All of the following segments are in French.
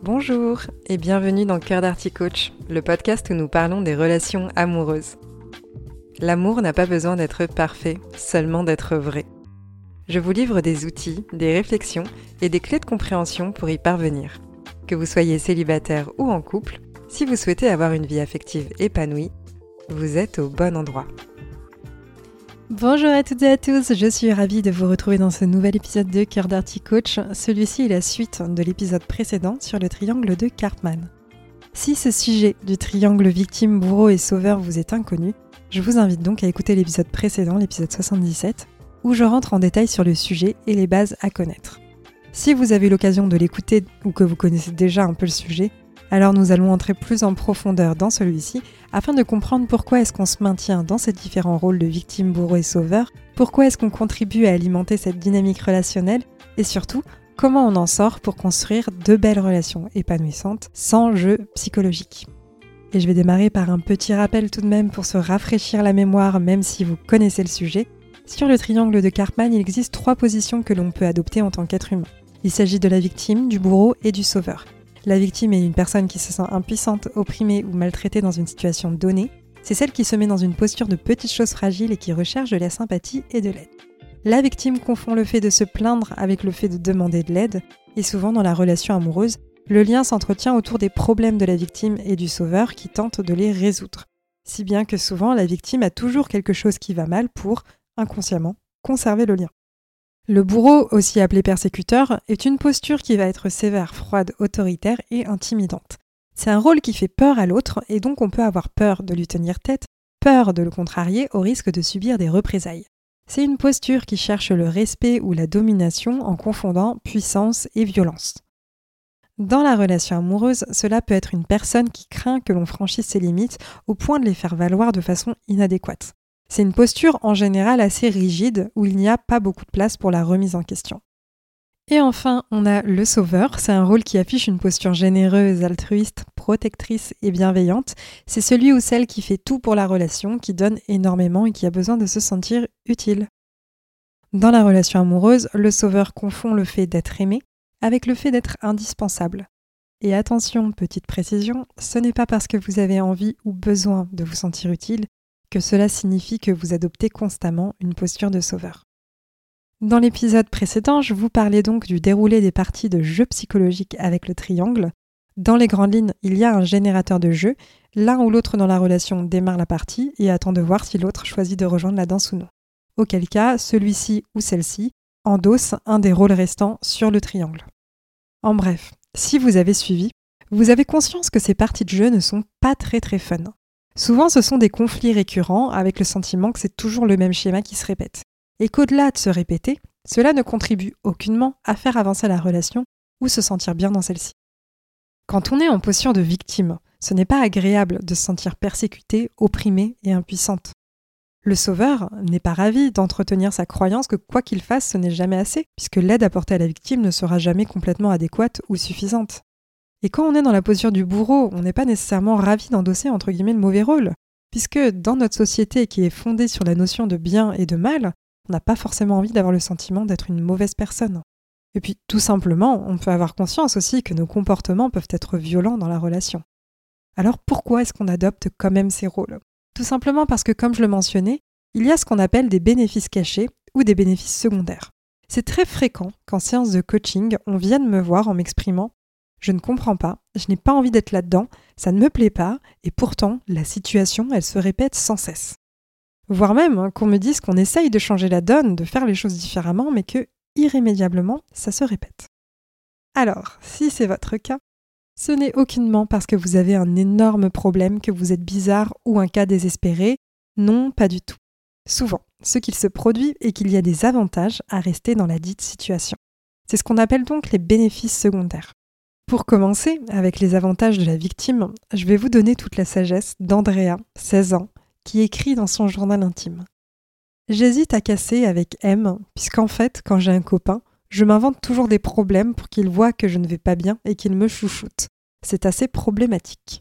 Bonjour et bienvenue dans Cœur d'Arty Coach, le podcast où nous parlons des relations amoureuses. L'amour n'a pas besoin d'être parfait, seulement d'être vrai. Je vous livre des outils, des réflexions et des clés de compréhension pour y parvenir. Que vous soyez célibataire ou en couple, si vous souhaitez avoir une vie affective épanouie, vous êtes au bon endroit. Bonjour à toutes et à tous, je suis ravie de vous retrouver dans ce nouvel épisode de Cœur d'Arty Coach. Celui-ci est la suite de l'épisode précédent sur le triangle de Karpman. Si ce sujet du triangle victime, bourreau et sauveur vous est inconnu, je vous invite donc à écouter l'épisode précédent, l'épisode 77, où je rentre en détail sur le sujet et les bases à connaître. Si vous avez l'occasion de l'écouter ou que vous connaissez déjà un peu le sujet, alors nous allons entrer plus en profondeur dans celui-ci afin de comprendre pourquoi est-ce qu'on se maintient dans ces différents rôles de victime, bourreau et sauveur, pourquoi est-ce qu'on contribue à alimenter cette dynamique relationnelle et surtout, comment on en sort pour construire de belles relations épanouissantes sans jeu psychologique. Et je vais démarrer par un petit rappel tout de même pour se rafraîchir la mémoire même si vous connaissez le sujet. Sur le triangle de Karpman, il existe 3 positions que l'on peut adopter en tant qu'être humain. Il s'agit de la victime, du bourreau et du sauveur. La victime est une personne qui se sent impuissante, opprimée ou maltraitée dans une situation donnée. C'est celle qui se met dans une posture de petite chose fragile et qui recherche de la sympathie et de l'aide. La victime confond le fait de se plaindre avec le fait de demander de l'aide, et souvent dans la relation amoureuse, le lien s'entretient autour des problèmes de la victime et du sauveur qui tentent de les résoudre. Si bien que souvent la victime a toujours quelque chose qui va mal pour, inconsciemment, conserver le lien. Le bourreau, aussi appelé persécuteur, est une posture qui va être sévère, froide, autoritaire et intimidante. C'est un rôle qui fait peur à l'autre et donc on peut avoir peur de lui tenir tête, peur de le contrarier au risque de subir des représailles. C'est une posture qui cherche le respect ou la domination en confondant puissance et violence. Dans la relation amoureuse, cela peut être une personne qui craint que l'on franchisse ses limites au point de les faire valoir de façon inadéquate. C'est une posture en général assez rigide où il n'y a pas beaucoup de place pour la remise en question. Et enfin, on a le sauveur. C'est un rôle qui affiche une posture généreuse, altruiste, protectrice et bienveillante. C'est celui ou celle qui fait tout pour la relation, qui donne énormément et qui a besoin de se sentir utile. Dans la relation amoureuse, le sauveur confond le fait d'être aimé avec le fait d'être indispensable. Et attention, petite précision, ce n'est pas parce que vous avez envie ou besoin de vous sentir utile que cela signifie que vous adoptez constamment une posture de sauveur. Dans l'épisode précédent, je vous parlais donc du déroulé des parties de jeu psychologique avec le triangle. Dans les grandes lignes, il y a un générateur de jeu, l'un ou l'autre dans la relation démarre la partie et attend de voir si l'autre choisit de rejoindre la danse ou non. Auquel cas, celui-ci ou celle-ci endosse un des rôles restants sur le triangle. En bref, si vous avez suivi, vous avez conscience que ces parties de jeu ne sont pas très fun. Souvent, ce sont des conflits récurrents avec le sentiment que c'est toujours le même schéma qui se répète. Et qu'au-delà de se répéter, cela ne contribue aucunement à faire avancer la relation ou se sentir bien dans celle-ci. Quand on est en posture de victime, ce n'est pas agréable de se sentir persécutée, opprimée et impuissante. Le sauveur n'est pas ravi d'entretenir sa croyance que quoi qu'il fasse, ce n'est jamais assez, puisque l'aide apportée à la victime ne sera jamais complètement adéquate ou suffisante. Et quand on est dans la posture du bourreau, on n'est pas nécessairement ravi d'endosser entre guillemets le mauvais rôle, puisque dans notre société qui est fondée sur la notion de bien et de mal, on n'a pas forcément envie d'avoir le sentiment d'être une mauvaise personne. Et puis tout simplement, on peut avoir conscience aussi que nos comportements peuvent être violents dans la relation. Alors pourquoi est-ce qu'on adopte quand même ces rôles ? Tout simplement parce que, comme je le mentionnais, il y a ce qu'on appelle des bénéfices cachés ou des bénéfices secondaires. C'est très fréquent qu'en séance de coaching, on vienne me voir en m'exprimant « Je ne comprends pas, je n'ai pas envie d'être là-dedans, ça ne me plaît pas, et pourtant, la situation, elle se répète sans cesse. » Voire même qu'on me dise qu'on essaye de changer la donne, de faire les choses différemment, mais que, irrémédiablement, ça se répète. Alors, si c'est votre cas, ce n'est aucunement parce que vous avez un énorme problème, que vous êtes bizarre ou un cas désespéré. Non, pas du tout. Souvent, ce qu'il se produit est qu'il y a des avantages à rester dans la dite situation. C'est ce qu'on appelle donc les bénéfices secondaires. Pour commencer, avec les avantages de la victime, je vais vous donner toute la sagesse d'Andrea, 16 ans, qui écrit dans son journal intime. J'hésite à casser avec M, puisqu'en fait, quand j'ai un copain, je m'invente toujours des problèmes pour qu'il voie que je ne vais pas bien et qu'il me chouchoute. C'est assez problématique.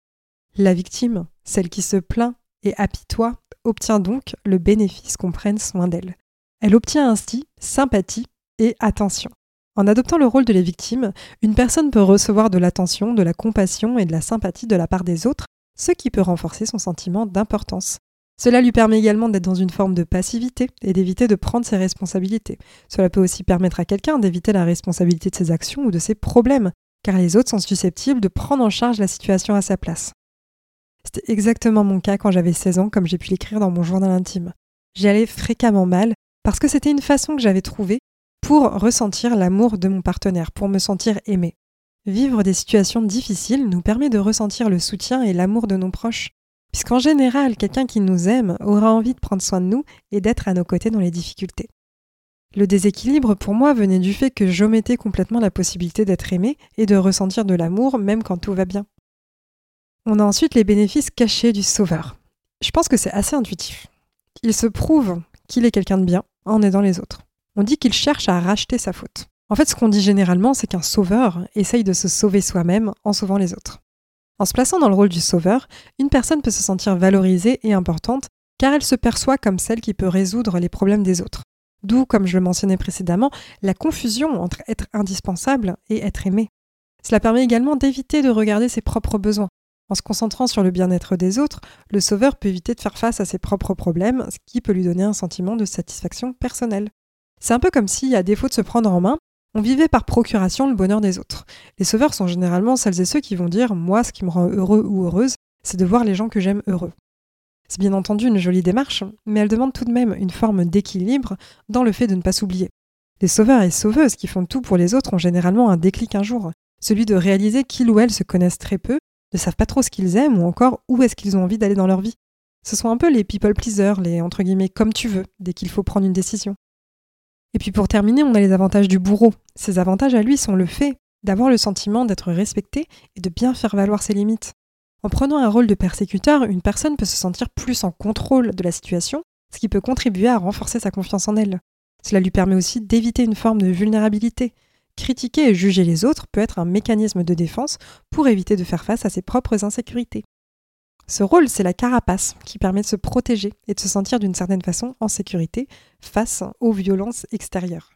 La victime, celle qui se plaint et apitoie, obtient donc le bénéfice qu'on prenne soin d'elle. Elle obtient ainsi sympathie et attention. En adoptant le rôle de la victime, une personne peut recevoir de l'attention, de la compassion et de la sympathie de la part des autres, ce qui peut renforcer son sentiment d'importance. Cela lui permet également d'être dans une forme de passivité et d'éviter de prendre ses responsabilités. Cela peut aussi permettre à quelqu'un d'éviter la responsabilité de ses actions ou de ses problèmes, car les autres sont susceptibles de prendre en charge la situation à sa place. C'était exactement mon cas quand j'avais 16 ans, comme j'ai pu l'écrire dans mon journal intime. J'y allais fréquemment mal, parce que c'était une façon que j'avais trouvée pour ressentir l'amour de mon partenaire, pour me sentir aimée. Vivre des situations difficiles nous permet de ressentir le soutien et l'amour de nos proches, puisqu'en général, quelqu'un qui nous aime aura envie de prendre soin de nous et d'être à nos côtés dans les difficultés. Le déséquilibre, pour moi, venait du fait que j'omettais complètement la possibilité d'être aimée et de ressentir de l'amour, même quand tout va bien. On a ensuite les bénéfices cachés du sauveur. Je pense que c'est assez intuitif. Il se prouve qu'il est quelqu'un de bien en aidant les autres. On dit qu'il cherche à racheter sa faute. En fait, ce qu'on dit généralement, c'est qu'un sauveur essaye de se sauver soi-même en sauvant les autres. En se plaçant dans le rôle du sauveur, une personne peut se sentir valorisée et importante car elle se perçoit comme celle qui peut résoudre les problèmes des autres. D'où, comme je le mentionnais précédemment, la confusion entre être indispensable et être aimé. Cela permet également d'éviter de regarder ses propres besoins. En se concentrant sur le bien-être des autres, le sauveur peut éviter de faire face à ses propres problèmes, ce qui peut lui donner un sentiment de satisfaction personnelle. C'est un peu comme si, à défaut de se prendre en main, on vivait par procuration le bonheur des autres. Les sauveurs sont généralement celles et ceux qui vont dire « moi, ce qui me rend heureux ou heureuse, c'est de voir les gens que j'aime heureux ». C'est bien entendu une jolie démarche, mais elle demande tout de même une forme d'équilibre dans le fait de ne pas s'oublier. Les sauveurs et sauveuses qui font tout pour les autres ont généralement un déclic un jour, celui de réaliser qu'ils ou elles se connaissent très peu, ne savent pas trop ce qu'ils aiment ou encore où est-ce qu'ils ont envie d'aller dans leur vie. Ce sont un peu les people pleasers, les entre guillemets comme tu veux, dès qu'il faut prendre une décision. Et puis pour terminer, on a les avantages du bourreau. Ces avantages à lui sont le fait d'avoir le sentiment d'être respecté et de bien faire valoir ses limites. En prenant un rôle de persécuteur, une personne peut se sentir plus en contrôle de la situation, ce qui peut contribuer à renforcer sa confiance en elle. Cela lui permet aussi d'éviter une forme de vulnérabilité. Critiquer et juger les autres peut être un mécanisme de défense pour éviter de faire face à ses propres insécurités. Ce rôle, c'est la carapace qui permet de se protéger et de se sentir d'une certaine façon en sécurité face aux violences extérieures.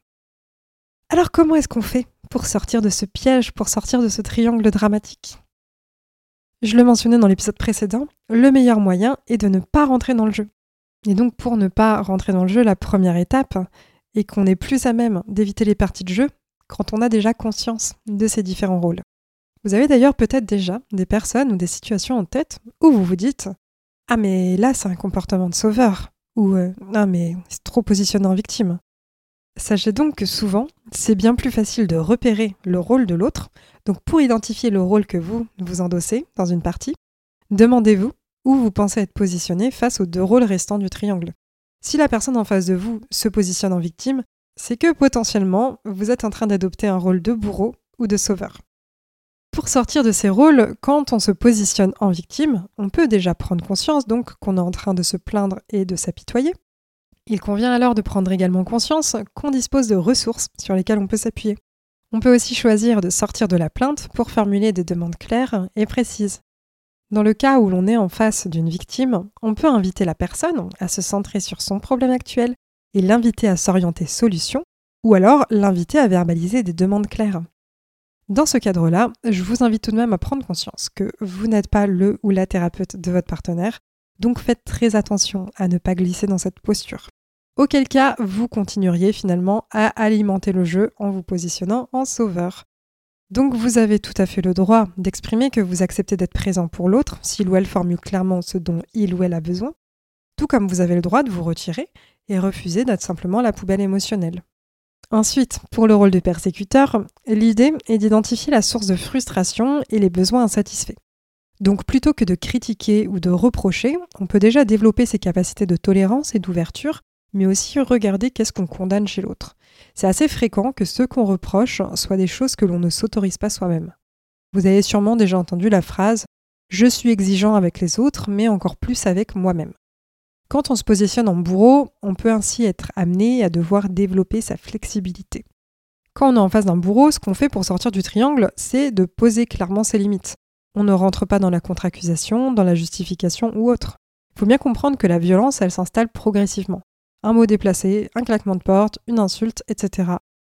Alors comment est-ce qu'on fait pour sortir de ce piège, pour sortir de ce triangle dramatique ? Je le mentionnais dans l'épisode précédent, le meilleur moyen est de ne pas rentrer dans le jeu. Et donc pour ne pas rentrer dans le jeu, la première étape est qu'on est plus à même d'éviter les parties de jeu quand on a déjà conscience de ces différents rôles. Vous avez d'ailleurs peut-être déjà des personnes ou des situations en tête où vous vous dites « Ah mais là c'est un comportement de sauveur » ou « Ah mais c'est trop positionné en victime ». Sachez donc que souvent, c'est bien plus facile de repérer le rôle de l'autre. Donc pour identifier le rôle que vous endossez dans une partie, demandez-vous où vous pensez être positionné face aux deux rôles restants du triangle. Si la personne en face de vous se positionne en victime, c'est que potentiellement, vous êtes en train d'adopter un rôle de bourreau ou de sauveur. Pour sortir de ces rôles, quand on se positionne en victime, on peut déjà prendre conscience donc qu'on est en train de se plaindre et de s'apitoyer. Il convient alors de prendre également conscience qu'on dispose de ressources sur lesquelles on peut s'appuyer. On peut aussi choisir de sortir de la plainte pour formuler des demandes claires et précises. Dans le cas où l'on est en face d'une victime, on peut inviter la personne à se centrer sur son problème actuel et l'inviter à s'orienter solution, ou alors l'inviter à verbaliser des demandes claires. Dans ce cadre-là, je vous invite tout de même à prendre conscience que vous n'êtes pas le ou la thérapeute de votre partenaire, donc faites très attention à ne pas glisser dans cette posture. Auquel cas, vous continueriez finalement à alimenter le jeu en vous positionnant en sauveur. Donc vous avez tout à fait le droit d'exprimer que vous acceptez d'être présent pour l'autre, s'il ou elle formule clairement ce dont il ou elle a besoin, tout comme vous avez le droit de vous retirer et refuser d'être simplement la poubelle émotionnelle. Ensuite, pour le rôle de persécuteur, l'idée est d'identifier la source de frustration et les besoins insatisfaits. Donc plutôt que de critiquer ou de reprocher, on peut déjà développer ses capacités de tolérance et d'ouverture, mais aussi regarder qu'est-ce qu'on condamne chez l'autre. C'est assez fréquent que ce qu'on reproche soient des choses que l'on ne s'autorise pas soi-même. Vous avez sûrement déjà entendu la phrase « Je suis exigeant avec les autres, mais encore plus avec moi-même ». Quand on se positionne en bourreau, on peut ainsi être amené à devoir développer sa flexibilité. Quand on est en face d'un bourreau, ce qu'on fait pour sortir du triangle, c'est de poser clairement ses limites. On ne rentre pas dans la contre-accusation, dans la justification ou autre. Il faut bien comprendre que la violence, elle s'installe progressivement. Un mot déplacé, un claquement de porte, une insulte, etc.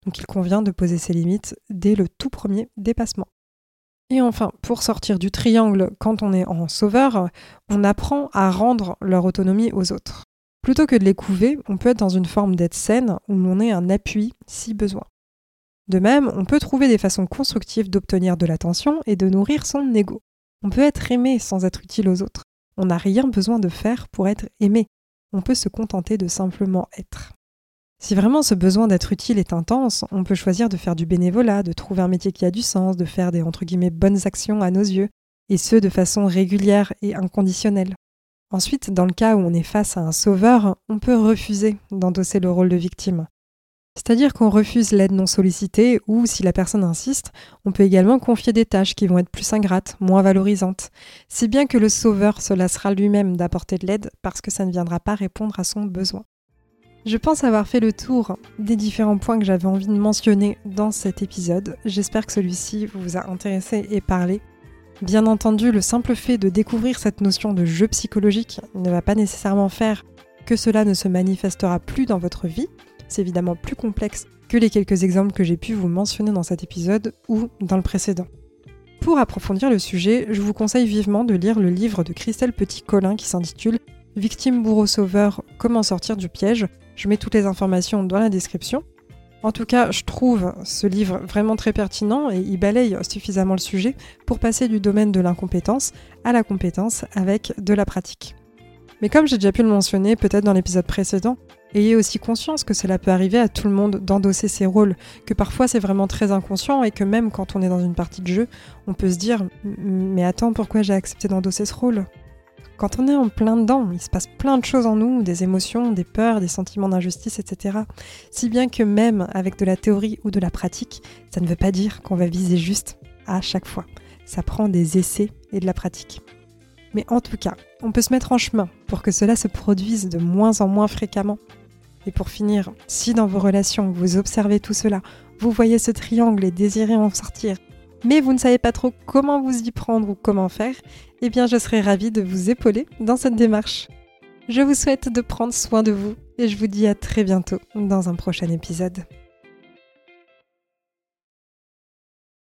Donc il convient de poser ses limites dès le tout premier dépassement. Et enfin, pour sortir du triangle quand on est en sauveur, on apprend à rendre leur autonomie aux autres. Plutôt que de les couver, on peut être dans une forme d'aide saine où l'on est un appui si besoin. De même, on peut trouver des façons constructives d'obtenir de l'attention et de nourrir son ego. On peut être aimé sans être utile aux autres. On n'a rien besoin de faire pour être aimé. On peut se contenter de simplement être. Si vraiment ce besoin d'être utile est intense, on peut choisir de faire du bénévolat, de trouver un métier qui a du sens, de faire des entre guillemets bonnes actions à nos yeux, et ce de façon régulière et inconditionnelle. Ensuite, dans le cas où on est face à un sauveur, on peut refuser d'endosser le rôle de victime. C'est-à-dire qu'on refuse l'aide non sollicitée ou, si la personne insiste, on peut également confier des tâches qui vont être plus ingrates, moins valorisantes. Si bien que le sauveur se lassera lui-même d'apporter de l'aide parce que ça ne viendra pas répondre à son besoin. Je pense avoir fait le tour des différents points que j'avais envie de mentionner dans cet épisode. J'espère que celui-ci vous a intéressé et parlé. Bien entendu, le simple fait de découvrir cette notion de jeu psychologique ne va pas nécessairement faire que cela ne se manifestera plus dans votre vie. C'est évidemment plus complexe que les quelques exemples que j'ai pu vous mentionner dans cet épisode ou dans le précédent. Pour approfondir le sujet, je vous conseille vivement de lire le livre de Christelle Petit-Colin qui s'intitule « Victime, bourreau, sauveur, comment sortir du piège ». Je mets toutes les informations dans la description. En tout cas, je trouve ce livre vraiment très pertinent et il balaye suffisamment le sujet pour passer du domaine de l'incompétence à la compétence avec de la pratique. Mais comme j'ai déjà pu le mentionner peut-être dans l'épisode précédent, ayez aussi conscience que cela peut arriver à tout le monde d'endosser ses rôles, que parfois c'est vraiment très inconscient et que même quand on est dans une partie de jeu, on peut se dire « Mais attends, pourquoi j'ai accepté d'endosser ce rôle ?» Quand on est en plein dedans, il se passe plein de choses en nous, des émotions, des peurs, des sentiments d'injustice, etc. Si bien que même avec de la théorie ou de la pratique, ça ne veut pas dire qu'on va viser juste à chaque fois. Ça prend des essais et de la pratique. Mais en tout cas, on peut se mettre en chemin pour que cela se produise de moins en moins fréquemment. Et pour finir, si dans vos relations vous observez tout cela, vous voyez ce triangle et désirez en sortir, mais vous ne savez pas trop comment vous y prendre ou comment faire, eh bien je serai ravie de vous épauler dans cette démarche. Je vous souhaite de prendre soin de vous et je vous dis à très bientôt dans un prochain épisode.